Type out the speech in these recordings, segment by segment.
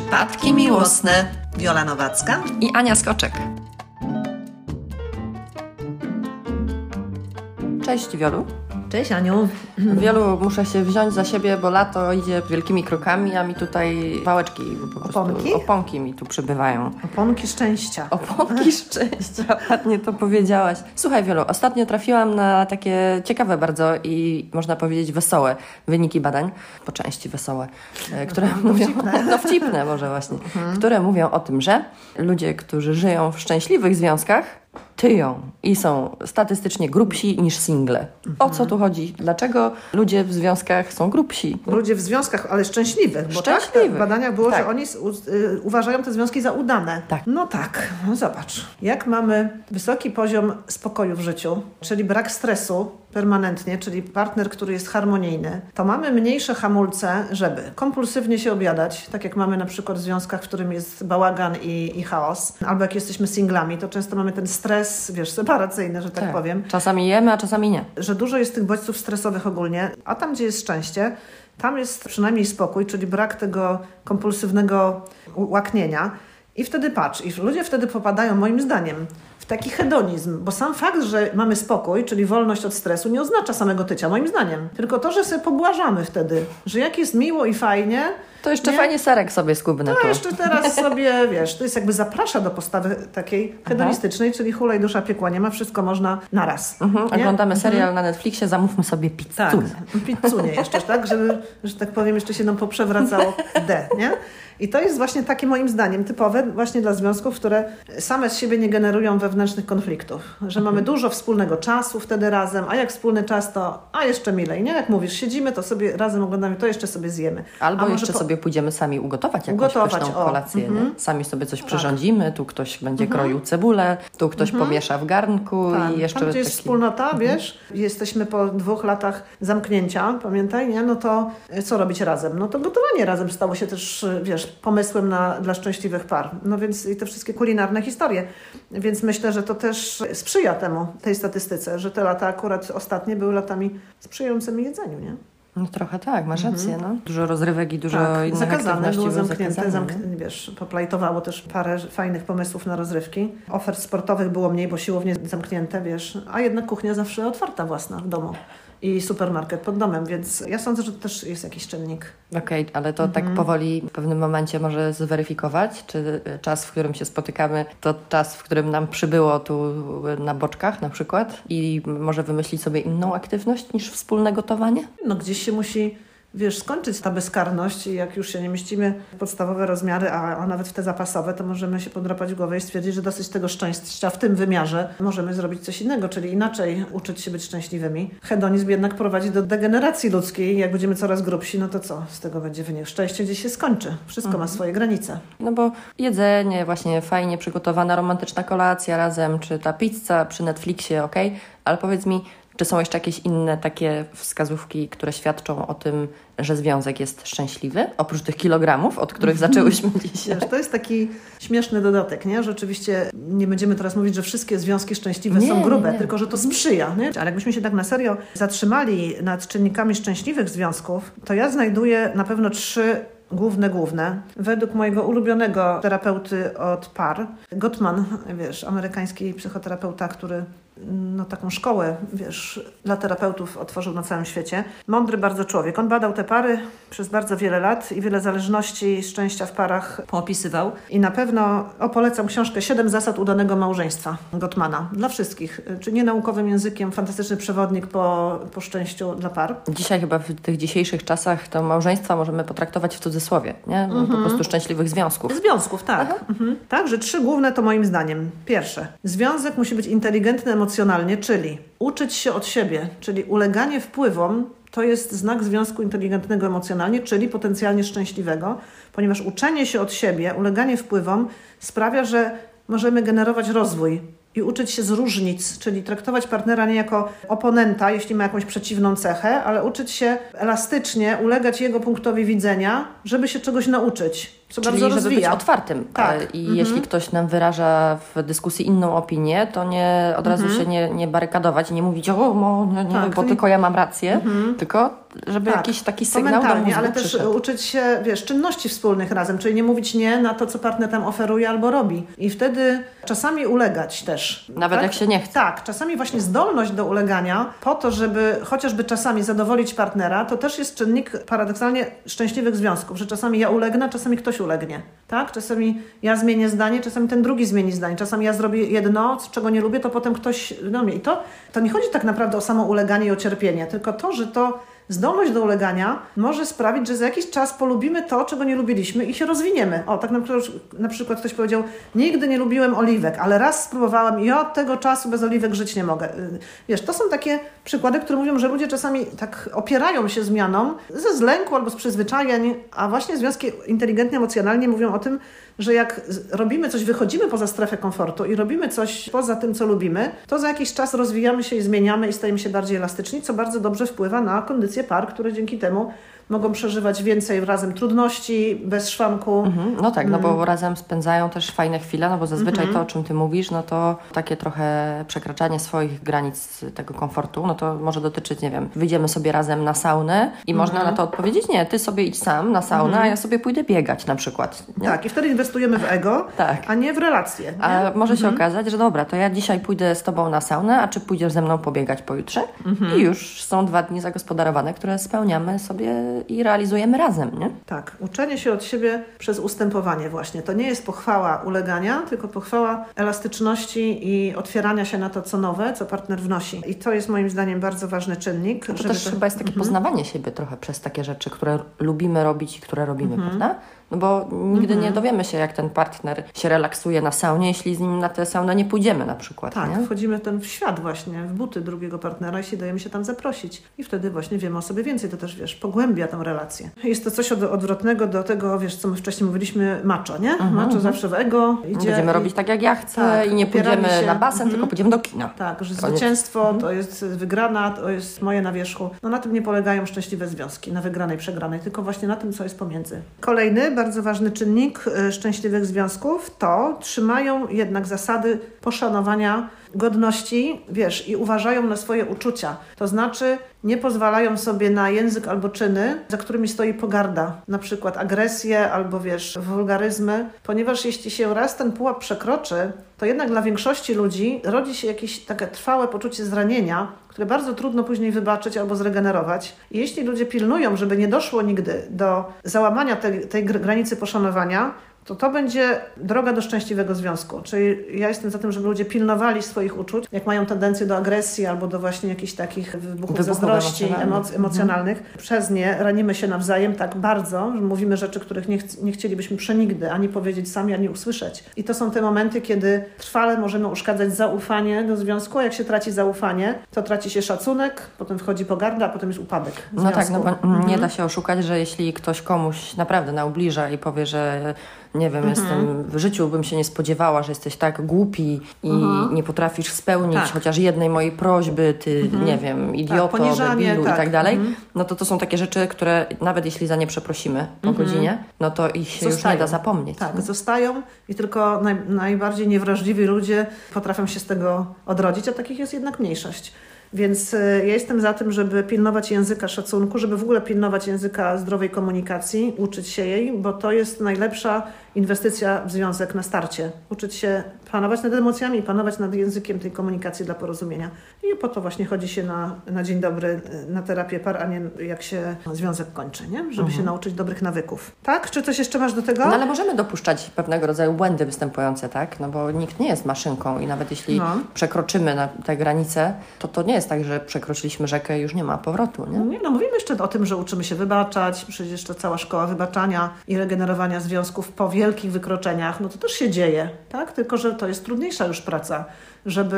Przypadki miłosne. Wiola Nowacka i Ania Skoczek. Cześć Wiolu. Cześć Aniu. Wielu, muszę się wziąć za siebie, bo lato idzie wielkimi krokami, a mi tutaj pałeczki, oponki mi tu przybywają. Oponki szczęścia. Oponki szczęścia, ładnie to powiedziałaś. Słuchaj Wielu, ostatnio trafiłam na takie ciekawe bardzo i można powiedzieć wesołe wyniki badań, po części wesołe, które mówią, dowcipne może właśnie, które mówią o tym, że ludzie, którzy żyją w szczęśliwych związkach, tyją i są statystycznie grubsi niż single. O co tu chodzi? Dlaczego ludzie w związkach są grubsi? Ludzie w związkach, ale szczęśliwych. Bo tak, w badaniach było, że oni uważają te związki za udane. Tak. No tak, no zobacz. Jak mamy wysoki poziom spokoju w życiu, czyli brak stresu permanentnie, czyli partner, który jest harmonijny, to mamy mniejsze hamulce, żeby kompulsywnie się obiadać, tak jak mamy na przykład w związkach, w którym jest bałagan i chaos, albo jak jesteśmy singlami, to często mamy ten stres, separacyjny, że tak powiem. Czasami jemy, a czasami nie. Że dużo jest tych bodźców stresowych ogólnie, a tam, gdzie jest szczęście, tam jest przynajmniej spokój, czyli brak tego kompulsywnego łaknienia. I wtedy patrz, i ludzie wtedy popadają, moim zdaniem, w taki hedonizm, bo sam fakt, że mamy spokój, czyli wolność od stresu, nie oznacza samego tycia, moim zdaniem. Tylko to, że sobie pobłażamy wtedy, że jak jest miło i fajnie... To jeszcze fajnie serek sobie skubnę. To jeszcze teraz sobie, to jest jakby zaprasza do postawy takiej hedonistycznej, czyli hulaj dusza piekła nie ma, wszystko można naraz. Oglądamy serial na Netflixie, zamówmy sobie pizzunię. Tak, pizzunię jeszcze, tak, żeby, że tak powiem, jeszcze się nam poprzewracało nie? I to jest właśnie takie moim zdaniem typowe właśnie dla związków, które same z siebie nie generują wewnętrznych konfliktów. Że mamy dużo wspólnego czasu wtedy razem, a jak wspólny czas to, a jeszcze milej, nie? Jak mówisz, siedzimy, to sobie razem oglądamy, to jeszcze sobie zjemy. Albo jeszcze sobie pójdziemy sami ugotować jakąś pyszną kolację. Sami sobie coś przyrządzimy, tu ktoś będzie kroił cebulę, tu ktoś pomiesza w garnku i jeszcze... Tam, gdzie jest wspólnota, jesteśmy po 2 latach zamknięcia, pamiętaj, nie? No to co robić razem? No to gotowanie razem stało się też, pomysłem dla szczęśliwych par. No więc i te wszystkie kulinarne historie. Więc myślę, że to też sprzyja tej statystyce, że te lata akurat ostatnie były latami sprzyjającymi jedzeniu, nie? No trochę tak, masz rację, no. Dużo rozrywek i dużo innych zakazane, aktywności było zamknięte, poplajtowało też parę fajnych pomysłów na rozrywki. Ofert sportowych było mniej, bo siłownie zamknięte, a jednak kuchnia zawsze otwarta własna w domu. I supermarket pod domem, więc ja sądzę, że to też jest jakiś czynnik. Okej, ale to tak powoli w pewnym momencie może zweryfikować, czy czas, w którym się spotykamy, to czas, w którym nam przybyło tu na boczkach na przykład i może wymyślić sobie inną aktywność niż wspólne gotowanie? No gdzieś się musi... skończyć ta bezkarność i jak już się nie mieścimy w podstawowe rozmiary, a nawet w te zapasowe, to możemy się podrapać w głowę i stwierdzić, że dosyć tego szczęścia w tym wymiarze możemy zrobić coś innego, czyli inaczej uczyć się być szczęśliwymi. Hedonizm jednak prowadzi do degeneracji ludzkiej. Jak będziemy coraz grubsi, no to co z tego będzie wynik? Szczęście gdzieś się skończy. Wszystko ma swoje granice. No bo jedzenie, właśnie fajnie przygotowana, romantyczna kolacja razem, czy ta pizza przy Netflixie, ale powiedz mi, czy są jeszcze jakieś inne takie wskazówki, które świadczą o tym, że związek jest szczęśliwy? Oprócz tych kilogramów, od których zaczęłyśmy dzisiaj. To jest taki śmieszny dodatek, nie? Że oczywiście nie będziemy teraz mówić, że wszystkie związki szczęśliwe są grube, tylko że to sprzyja. Nie? Ale jakbyśmy się tak na serio zatrzymali nad czynnikami szczęśliwych związków, to ja znajduję na pewno 3 główne. Według mojego ulubionego terapeuty od par, Gottman, amerykański psychoterapeuta, który taką szkołę, dla terapeutów otworzył na całym świecie. Mądry bardzo człowiek. On badał te pary przez bardzo wiele lat i wiele zależności szczęścia w parach poopisywał. I na pewno polecam książkę 7 zasad udanego małżeństwa Gottmana. Dla wszystkich. Czy nie naukowym językiem, fantastyczny przewodnik po szczęściu dla par. Dzisiaj chyba w tych dzisiejszych czasach to małżeństwa możemy potraktować w cudzysłowie, nie? Po prostu szczęśliwych związków. Związków, tak. Także 3 główne to moim zdaniem. Pierwsze. Związek musi być inteligentny emocjonalnie, czyli uczyć się od siebie, czyli uleganie wpływom to jest znak związku inteligentnego emocjonalnie, czyli potencjalnie szczęśliwego, ponieważ uczenie się od siebie, uleganie wpływom sprawia, że możemy generować rozwój i uczyć się z różnic, czyli traktować partnera nie jako oponenta, jeśli ma jakąś przeciwną cechę, ale uczyć się elastycznie, ulegać jego punktowi widzenia, żeby się czegoś nauczyć. co Czyli bardzo żeby rozwija. być otwartym. Tak. I jeśli ktoś nam wyraża w dyskusji inną opinię, to nie od razu się nie barykadować i nie mówić, bo tylko ja mam rację, tylko żeby jakiś taki sygnał do mózgu ale też przyszedł. uczyć się, czynności wspólnych razem, czyli nie mówić nie na to, co partner tam oferuje albo robi. I wtedy czasami ulegać też. Nawet jak się nie chce. Tak, czasami właśnie zdolność do ulegania po to, żeby chociażby czasami zadowolić partnera, to też jest czynnik paradoksalnie szczęśliwych związków, że czasami ja ulegnę, czasami ktoś ulegnie. Tak? Czasami ja zmienię zdanie, czasami ten drugi zmieni zdanie. Czasami ja zrobię jedno, czego nie lubię, to potem ktoś do mnie. I to nie chodzi tak naprawdę o samo uleganie i o cierpienie, tylko to, że to zdolność do ulegania może sprawić, że za jakiś czas polubimy to, czego nie lubiliśmy i się rozwiniemy. Tak na przykład ktoś powiedział, nigdy nie lubiłem oliwek, ale raz spróbowałem i od tego czasu bez oliwek żyć nie mogę. To są takie przykłady, które mówią, że ludzie czasami tak opierają się zmianom ze zlęku albo z przyzwyczajeń, a właśnie związki inteligentnie, emocjonalnie mówią o tym, że jak robimy coś, wychodzimy poza strefę komfortu i robimy coś poza tym, co lubimy, to za jakiś czas rozwijamy się i zmieniamy i stajemy się bardziej elastyczni, co bardzo dobrze wpływa na kondycję par, które dzięki temu mogą przeżywać więcej razem trudności, bez szwanku. No tak, no bo razem spędzają też fajne chwile, no bo zazwyczaj to, o czym Ty mówisz, no to takie trochę przekraczanie swoich granic tego komfortu, no to może dotyczyć, nie wiem, wyjdziemy sobie razem na saunę i można na to odpowiedzieć, nie, Ty sobie idź sam na saunę, a ja sobie pójdę biegać na przykład. Nie? Tak, i wtedy inwestujemy w ego, a nie w relacje. Nie? A może się okazać, że dobra, to ja dzisiaj pójdę z Tobą na saunę, a czy pójdziesz ze mną pobiegać pojutrze? I już są 2 dni zagospodarowane, które spełniamy sobie i realizujemy razem, nie? Tak, uczenie się od siebie przez ustępowanie właśnie. To nie jest pochwała ulegania, tylko pochwała elastyczności i otwierania się na to, co nowe, co partner wnosi. I to jest moim zdaniem bardzo ważny czynnik. To też chyba jest takie poznawanie siebie trochę przez takie rzeczy, które lubimy robić i które robimy, prawda? No bo nigdy nie dowiemy się, jak ten partner się relaksuje na saunie, jeśli z nim na tę saunę nie pójdziemy na przykład. Tak, nie? wchodzimy w świat właśnie, w buty drugiego partnera, jeśli dajemy się tam zaprosić. I wtedy właśnie wiemy o sobie więcej. To też, pogłębia tą relację. Jest to coś odwrotnego do tego, co my wcześniej mówiliśmy, macho, nie? Macho zawsze w ego idzie. Będziemy robić tak, jak ja chcę i nie pójdziemy na basen, tylko pójdziemy do kina. Tak, że zwycięstwo to jest wygrana, to jest moje na wierzchu. No na tym nie polegają szczęśliwe związki, na wygranej, przegranej, tylko właśnie na tym, co jest pomiędzy. Kolejny bardzo ważny czynnik szczęśliwych związków to trzymają jednak zasady poszanowania godności, i uważają na swoje uczucia. To znaczy nie pozwalają sobie na język albo czyny, za którymi stoi pogarda. Na przykład agresję albo, wulgaryzmy. Ponieważ jeśli się raz ten pułap przekroczy, to jednak dla większości ludzi rodzi się jakieś takie trwałe poczucie zranienia, które bardzo trudno później wybaczyć albo zregenerować. I jeśli ludzie pilnują, żeby nie doszło nigdy do załamania tej granicy poszanowania, to będzie droga do szczęśliwego związku. Czyli ja jestem za tym, żeby ludzie pilnowali swoich uczuć, jak mają tendencję do agresji albo do właśnie jakichś takich wybuchów zazdrości emocjonalnych. Przez nie ranimy się nawzajem tak bardzo, że mówimy rzeczy, których nie chcielibyśmy przenigdy ani powiedzieć sami, ani usłyszeć. I to są te momenty, kiedy trwale możemy uszkadzać zaufanie do związku, a jak się traci zaufanie, to traci się szacunek, potem wchodzi pogarda, a potem jest upadek związku. No tak, bo nie da się oszukać, że jeśli ktoś komuś naprawdę naubliża i powie, że nie wiem, w życiu bym się nie spodziewała, że jesteś tak głupi i nie potrafisz spełnić chociaż jednej mojej prośby, ty, nie wiem, idioto, debilu i tak dalej, no to są takie rzeczy, które nawet jeśli za nie przeprosimy po godzinie, no to ich się już nie da zapomnieć. Tak, zostają i tylko najbardziej niewrażliwi ludzie potrafią się z tego odrodzić, a takich jest jednak mniejszość. Więc ja jestem za tym, żeby pilnować języka szacunku, żeby w ogóle pilnować języka zdrowej komunikacji, uczyć się jej, bo to jest najlepsza inwestycja w związek na starcie. Uczyć się panować nad emocjami i panować nad językiem tej komunikacji dla porozumienia. I po to właśnie chodzi się na dzień dobry na terapię par, a nie jak się związek kończy, nie? Żeby się nauczyć dobrych nawyków. Tak? Czy coś jeszcze masz do tego? No ale możemy dopuszczać pewnego rodzaju błędy występujące, tak? No bo nikt nie jest maszynką i nawet jeśli przekroczymy na te granice, to nie jest tak, że przekroczyliśmy rzekę i już nie ma powrotu, nie? No mówimy jeszcze o tym, że uczymy się wybaczać, przecież to cała szkoła wybaczania i regenerowania związków po wielkich wykroczeniach, no to też się dzieje, tak? Tylko że to jest trudniejsza już praca, żeby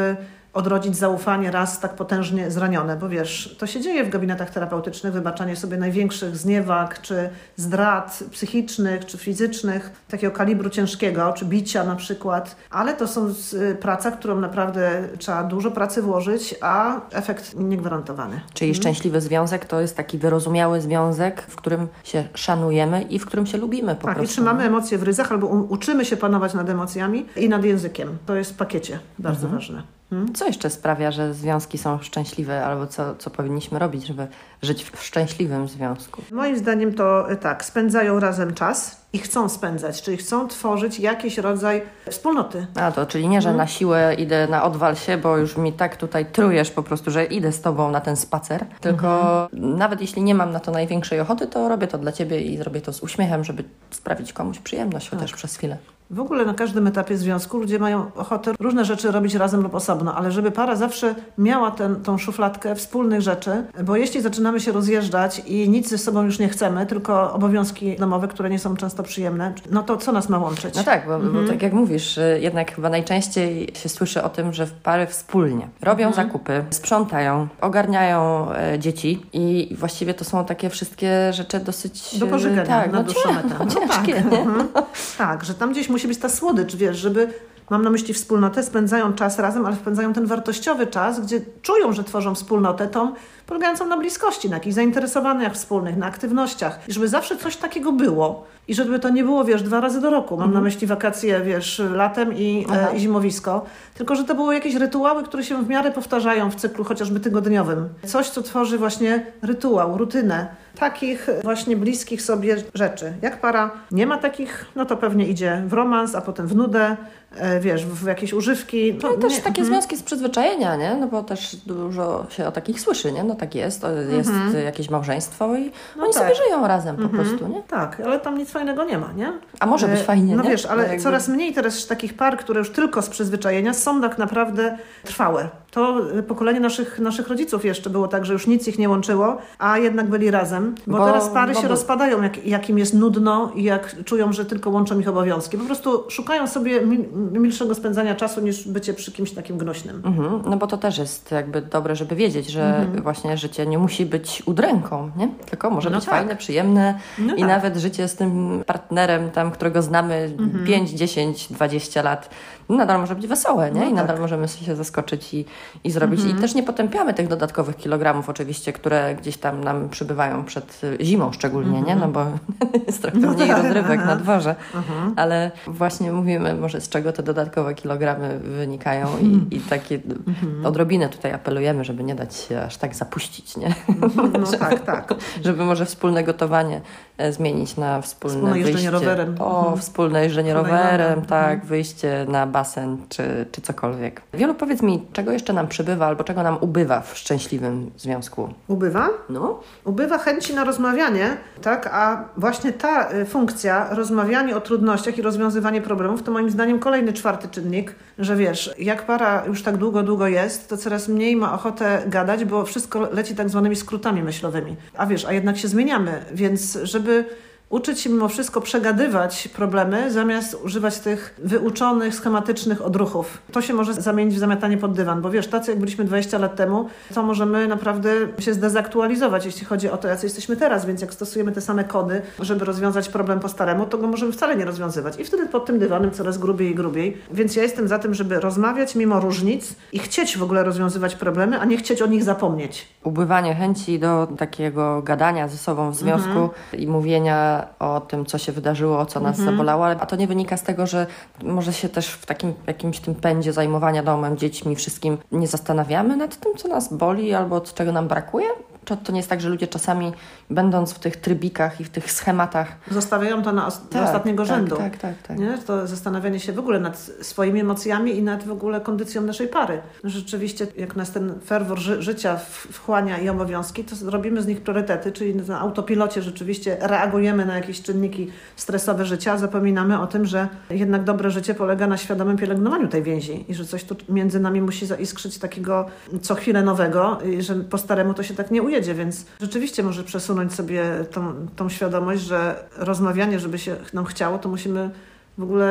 odrodzić zaufanie raz tak potężnie zranione, bo wiesz, to się dzieje w gabinetach terapeutycznych, wybaczanie sobie największych zniewag, czy zdrad psychicznych, czy fizycznych, takiego kalibru ciężkiego, czy bicia na przykład, ale to są praca, którą naprawdę trzeba dużo pracy włożyć, a efekt niegwarantowany. Czyli szczęśliwy związek to jest taki wyrozumiały związek, w którym się szanujemy i w którym się lubimy po prostu. Tak, i trzymamy emocje w ryzach, albo uczymy się panować nad emocjami i nad językiem. To jest w pakiecie bardzo ważne. Co jeszcze sprawia, że związki są szczęśliwe, albo co powinniśmy robić, żeby żyć w szczęśliwym związku? Moim zdaniem to tak, spędzają razem czas i chcą spędzać, czyli chcą tworzyć jakiś rodzaj wspólnoty. A to, czyli nie, że na siłę idę na odwal się, bo już mi tak tutaj trujesz po prostu, że idę z tobą na ten spacer, tylko nawet jeśli nie mam na to największej ochoty, to robię to dla ciebie i zrobię to z uśmiechem, żeby sprawić komuś przyjemność chociaż przez chwilę. W ogóle na każdym etapie związku ludzie mają ochotę różne rzeczy robić razem lub osobno, ale żeby para zawsze miała tą szufladkę wspólnych rzeczy, bo jeśli zaczynamy się rozjeżdżać i nic ze sobą już nie chcemy, tylko obowiązki domowe, które nie są często przyjemne, no to co nas ma łączyć? No tak, bo tak jak mówisz, jednak chyba najczęściej się słyszy o tym, że pary wspólnie robią zakupy, sprzątają, ogarniają dzieci i właściwie to są takie wszystkie rzeczy dosyć... Do pożygania na dłuższą metę. No ciężkie, tak. nie? Tak, że tam gdzieś musi być ta słodycz, wiesz, żeby, mam na myśli wspólnotę, spędzają czas razem, ale spędzają ten wartościowy czas, gdzie czują, że tworzą wspólnotę, tą polegającą na bliskości, na jakichś zainteresowaniach wspólnych, na aktywnościach. I żeby zawsze coś takiego było. I żeby to nie było, wiesz, 2 razy do roku. Mam na myśli wakacje, wiesz, latem i zimowisko. Tylko, że to były jakieś rytuały, które się w miarę powtarzają w cyklu chociażby tygodniowym. Coś, co tworzy właśnie rytuał, rutynę. Takich właśnie bliskich sobie rzeczy. Jak para nie ma takich, no to pewnie idzie w romans, a potem w nudę, wiesz, w jakieś używki. To no też takie związki z przyzwyczajenia, nie? No bo też dużo się o takich słyszy, nie? No tak jest, to jest jakieś małżeństwo i oni sobie żyją razem po prostu, nie? Tak, ale tam nic fajnego nie ma, nie? A może być fajnie, no nie? Wiesz, ale coraz mniej teraz takich par, które już tylko z przyzwyczajenia są tak naprawdę trwałe. To pokolenie naszych rodziców jeszcze było tak, że już nic ich nie łączyło, a jednak byli razem. Bo teraz pary się rozpadają, jak im jest nudno i jak czują, że tylko łączą ich obowiązki. Po prostu szukają sobie milszego spędzania czasu niż bycie przy kimś takim gnośnym. No bo to też jest jakby dobre, żeby wiedzieć, że właśnie życie nie musi być udręką, nie? Tylko może być fajne, przyjemne i nawet życie z tym partnerem tam, którego znamy 5, 10, 20 lat, nadal może być wesołe, nie? I nadal możemy się zaskoczyć i zrobić. I też nie potępiamy tych dodatkowych kilogramów oczywiście, które gdzieś tam nam przybywają przed zimą szczególnie, nie? No bo jest trochę mniej rozrywek na dworze. Ale właśnie mówimy może z czego te dodatkowe kilogramy wynikają i takie odrobinę tutaj apelujemy, żeby nie dać się aż tak zapuścić, nie? No tak. Żeby może wspólne gotowanie zmienić na wspólne wyjście. Jeżdżenie rowerem. Wspólne jeżdżenie rowerem, tak, wyjście na basen czy cokolwiek. Wielu, powiedz mi, czego jeszcze nam przybywa albo czego nam ubywa w szczęśliwym związku? Ubywa? No. Ubywa chęci na rozmawianie, tak? A właśnie ta funkcja, rozmawianie o trudnościach i rozwiązywanie problemów, to moim zdaniem kolejny 4. czynnik, że wiesz, jak para już tak długo jest, to coraz mniej ma ochotę gadać, bo wszystko leci tak zwanymi skrótami myślowymi. A wiesz, a jednak się zmieniamy, więc żeby uczyć się mimo wszystko przegadywać problemy, zamiast używać tych wyuczonych, schematycznych odruchów. To się może zamienić w zamiatanie pod dywan, bo wiesz, tacy jak byliśmy 20 lat temu, to możemy naprawdę się zdezaktualizować, jeśli chodzi o to, jacy jesteśmy teraz, więc jak stosujemy te same kody, żeby rozwiązać problem po staremu, to go możemy wcale nie rozwiązywać. I wtedy pod tym dywanem coraz grubiej i grubiej. Więc ja jestem za tym, żeby rozmawiać mimo różnic i chcieć w ogóle rozwiązywać problemy, a nie chcieć o nich zapomnieć. Ubywanie chęci do takiego gadania ze sobą w związku i mówienia o tym, co się wydarzyło, co nas zabolało, a to nie wynika z tego, że może się też w takim jakimś tym pędzie zajmowania domem, dziećmi, wszystkim nie zastanawiamy nad tym, co nas boli albo czego nam brakuje? Czy to nie jest tak, że ludzie czasami, będąc w tych trybikach i w tych schematach... Zostawiają to do ostatniego rzędu. Tak. Nie? To zastanawianie się w ogóle nad swoimi emocjami i nad w ogóle kondycją naszej pary. Rzeczywiście, jak nas ten ferwor życia wchłania i obowiązki, to robimy z nich priorytety, czyli na autopilocie rzeczywiście reagujemy na jakieś czynniki stresowe życia, a zapominamy o tym, że jednak dobre życie polega na świadomym pielęgnowaniu tej więzi i że coś tu między nami musi zaiskrzyć takiego co chwilę nowego i że po staremu to się tak nie ujedzie, więc rzeczywiście może przesunąć sobie tą świadomość, że rozmawianie, żeby się nam chciało, to musimy w ogóle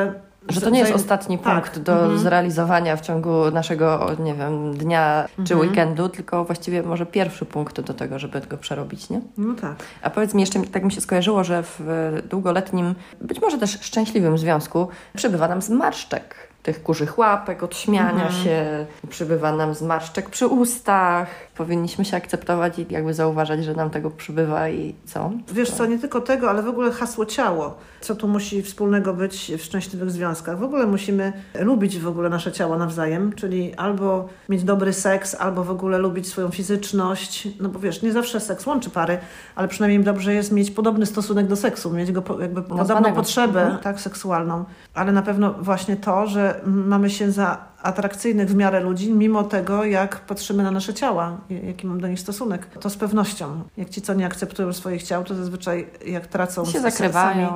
Że to nie jest ostatni punkt do zrealizowania w ciągu naszego, nie wiem, dnia czy weekendu, tylko właściwie może pierwszy punkt do tego, żeby go przerobić, nie? No tak. A powiedz mi jeszcze, tak mi się skojarzyło, że w długoletnim, być może też szczęśliwym związku przybywa nam zmarszczek. Tych kurzych łapek, od śmiania się, przybywa nam zmarszczek przy ustach. Powinniśmy się akceptować i jakby zauważać, że nam tego przybywa i co? Wiesz co, nie tylko tego, ale w ogóle hasło ciało. Co tu musi wspólnego być w szczęśliwych związkach? W ogóle musimy lubić w ogóle nasze ciało nawzajem, czyli albo mieć dobry seks, albo w ogóle lubić swoją fizyczność. No bo wiesz, nie zawsze seks łączy pary, ale przynajmniej dobrze jest mieć podobny stosunek do seksu, mieć go jakby podobną potrzebę tak, seksualną. Ale na pewno właśnie to, że mamy się za atrakcyjnych w miarę ludzi, mimo tego, jak patrzymy na nasze ciała, jaki mam do nich stosunek. To z pewnością. Jak ci, co nie akceptują swoich ciał, to zazwyczaj jak tracą się zakrywają.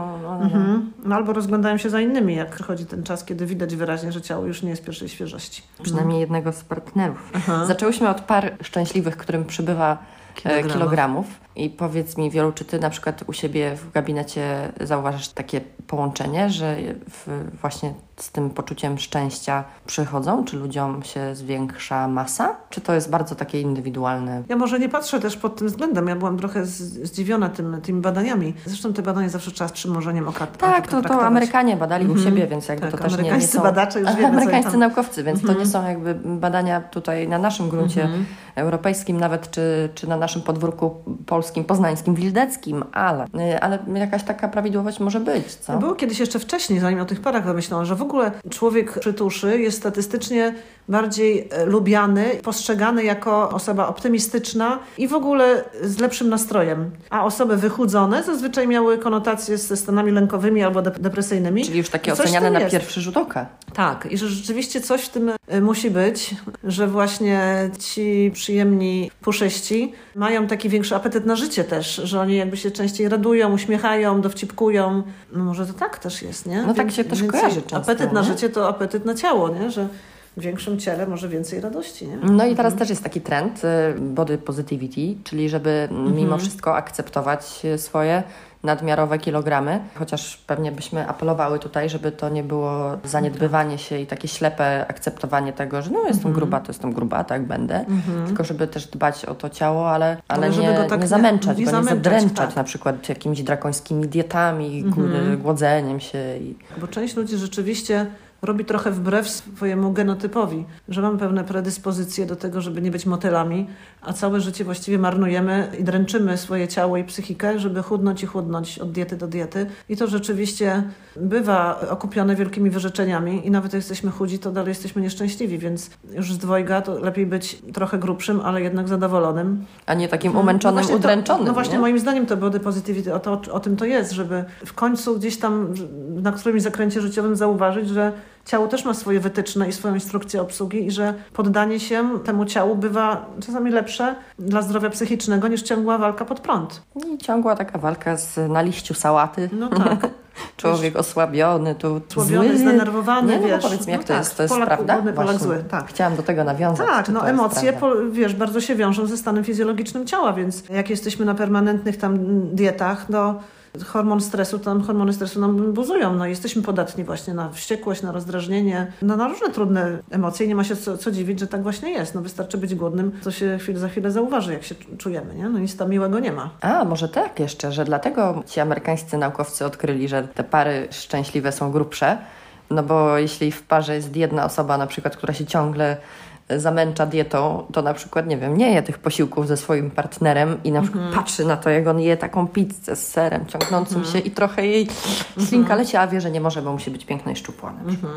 No albo rozglądają się za innymi, jak przychodzi ten czas, kiedy widać wyraźnie, że ciało już nie jest pierwszej świeżości. Przynajmniej jednego z partnerów. Zaczęłyśmy od par szczęśliwych, którym przybywa kilogramów. I powiedz mi, Wiolu, czy ty na przykład u siebie w gabinecie zauważasz takie połączenie, że właśnie z tym poczuciem szczęścia przychodzą? Czy ludziom się zwiększa masa? Czy to jest bardzo takie indywidualne? Ja może nie patrzę też pod tym względem. Ja byłam trochę zdziwiona tymi badaniami. Zresztą te badania zawsze trzeba z przymrużeniem oka tak, to Amerykanie badali u siebie, więc jakby tak, to też nie są... badacze już wiemy, amerykańscy naukowcy, więc to nie są jakby badania tutaj na naszym gruncie europejskim nawet, czy na naszym podwórku polskim, poznańskim, wildeckim, ale jakaś taka prawidłowość może być, co? Było kiedyś jeszcze wcześniej, zanim o tych parach wymyślono, że w ogóle człowiek przy tuszy jest statystycznie bardziej lubiany, postrzegany jako osoba optymistyczna i w ogóle z lepszym nastrojem. A osoby wychudzone zazwyczaj miały konotacje ze stanami lękowymi albo depresyjnymi. Czyli już takie oceniane na pierwszy rzut oka. Tak, i że rzeczywiście coś w tym musi być, że właśnie ci przyjemni puszyści mają taki większy apetyt na życie też, że oni jakby się częściej radują, uśmiechają, dowcipkują. No może to tak też jest, nie? No tak się też kojarzy często. Apetyt na życie to apetyt na ciało, nie? Że w większym ciele może więcej radości, nie? No i teraz też jest taki trend body positivity, czyli żeby mimo wszystko akceptować swoje nadmiarowe kilogramy, chociaż pewnie byśmy apelowały tutaj, żeby to nie było zaniedbywanie się i takie ślepe akceptowanie tego, że no jestem gruba, to jestem gruba, tak będę, tylko żeby też dbać o to ciało, ale nie, go tak nie zamęczać, go nie zadręczać tak. Na przykład jakimiś drakońskimi dietami, głodzeniem się. Bo część ludzi rzeczywiście robi trochę wbrew swojemu genotypowi, że mamy pewne predyspozycje do tego, żeby nie być motylami, a całe życie właściwie marnujemy i dręczymy swoje ciało i psychikę, żeby chudnąć i chudnąć od diety do diety. I to rzeczywiście bywa okupione wielkimi wyrzeczeniami i nawet jak jesteśmy chudzi, to dalej jesteśmy nieszczęśliwi, więc już z dwojga to lepiej być trochę grubszym, ale jednak zadowolonym. A nie takim umęczonym, udręczonym. No właśnie, moim zdaniem to body positivity, o tym to jest, żeby w końcu gdzieś tam na którymś zakręcie życiowym zauważyć, że ciało też ma swoje wytyczne i swoją instrukcję obsługi i że poddanie się temu ciału bywa czasami lepsze dla zdrowia psychicznego niż ciągła walka pod prąd. I ciągła taka walka na liściu sałaty. No tak. Człowiek osłabiony, zły, zdenerwowany, nie, wiesz. No powiedz mi, jak no to tak, jest? To jest Polak, prawda? Polak zły, tak. Chciałam do tego nawiązać. Tak, no emocje, wiesz, bardzo się wiążą ze stanem fizjologicznym ciała, więc jak jesteśmy na permanentnych tam dietach, no hormony stresu nam buzują. No, jesteśmy podatni właśnie na wściekłość, na rozdrażnienie, na różne trudne emocje. Nie ma się co dziwić, że tak właśnie jest. No, wystarczy być głodnym, to się za chwilę zauważy, jak się czujemy. Nie? No nic tam miłego nie ma. A, może tak jeszcze, że dlatego ci amerykańscy naukowcy odkryli, że te pary szczęśliwe są grubsze. No bo jeśli w parze jest jedna osoba na przykład, która się ciągle zamęcza dietą, to na przykład, nie wiem, nie je tych posiłków ze swoim partnerem i na przykład patrzy na to, jak on je taką pizzę z serem ciągnącym się i trochę jej ślinka leci, a wie, że nie może, bo musi być piękna i szczupła.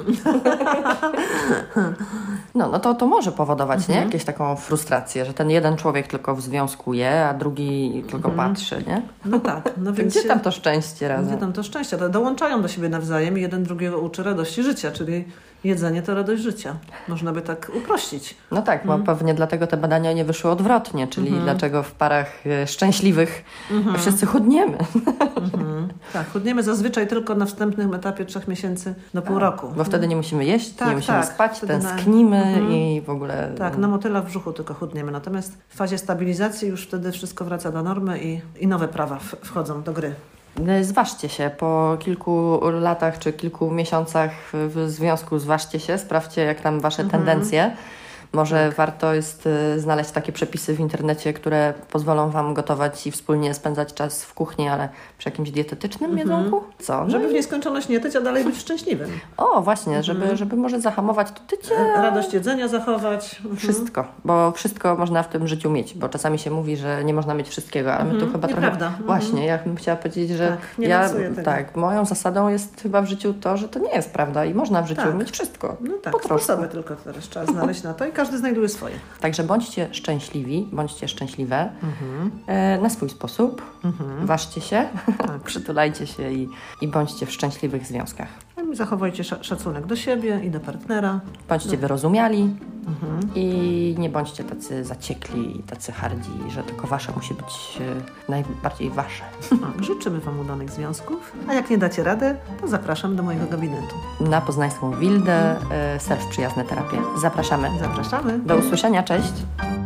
No to może powodować, nie? Jakąś taką frustrację, że ten jeden człowiek tylko w związku je, a drugi tylko patrzy, nie? No tak. No więc gdzie tam to szczęście razem? Gdzie tam to szczęście? To dołączają do siebie nawzajem i jeden drugiego uczy radości życia, czyli jedzenie to radość życia. Można by tak uprościć. No tak, bo pewnie dlatego te badania nie wyszły odwrotnie, czyli dlaczego w parach szczęśliwych wszyscy chudniemy. Tak, chudniemy zazwyczaj tylko na wstępnym etapie 3 miesięcy do pół roku. Bo wtedy nie musimy jeść, nie musimy spać, tęsknimy i w ogóle... Tak, na motyla w brzuchu tylko chudniemy. Natomiast w fazie stabilizacji już wtedy wszystko wraca do normy i nowe prawa wchodzą do gry. Zważcie się, po kilku latach czy kilku miesiącach w związku zważcie się, sprawdźcie jak tam Wasze tendencje. Może warto jest znaleźć takie przepisy w internecie, które pozwolą Wam gotować i wspólnie spędzać czas w kuchni, ale przy jakimś dietetycznym jedzonku? Co? Żeby w nieskończoność nie tyć, a dalej być szczęśliwym. O, właśnie, żeby może zahamować to tycie. Radość jedzenia zachować. Wszystko, bo wszystko można w tym życiu mieć, bo czasami się mówi, że nie można mieć wszystkiego, ale my tu chyba Nieprawda. trochę... Właśnie, ja bym chciała powiedzieć, że moją zasadą jest chyba w życiu to, że to nie jest prawda i można w życiu mieć wszystko. No tak, po troszku. sposoby tylko teraz trzeba znaleźć na to i każdy znajduje swoje. Także bądźcie szczęśliwi, bądźcie szczęśliwe na swój sposób. Ważcie się, przytulajcie się i bądźcie w szczęśliwych związkach. Zachowajcie szacunek do siebie i do partnera. Bądźcie wyrozumiali i nie bądźcie tacy zaciekli, tacy hardzi, że tylko wasze musi być najbardziej wasze. Życzymy Wam udanych związków, a jak nie dacie radę, to zapraszam do mojego gabinetu. Na Poznańską Wildę, Self Przyjazne Terapie. Zapraszamy. Zapraszamy. Do usłyszenia, cześć.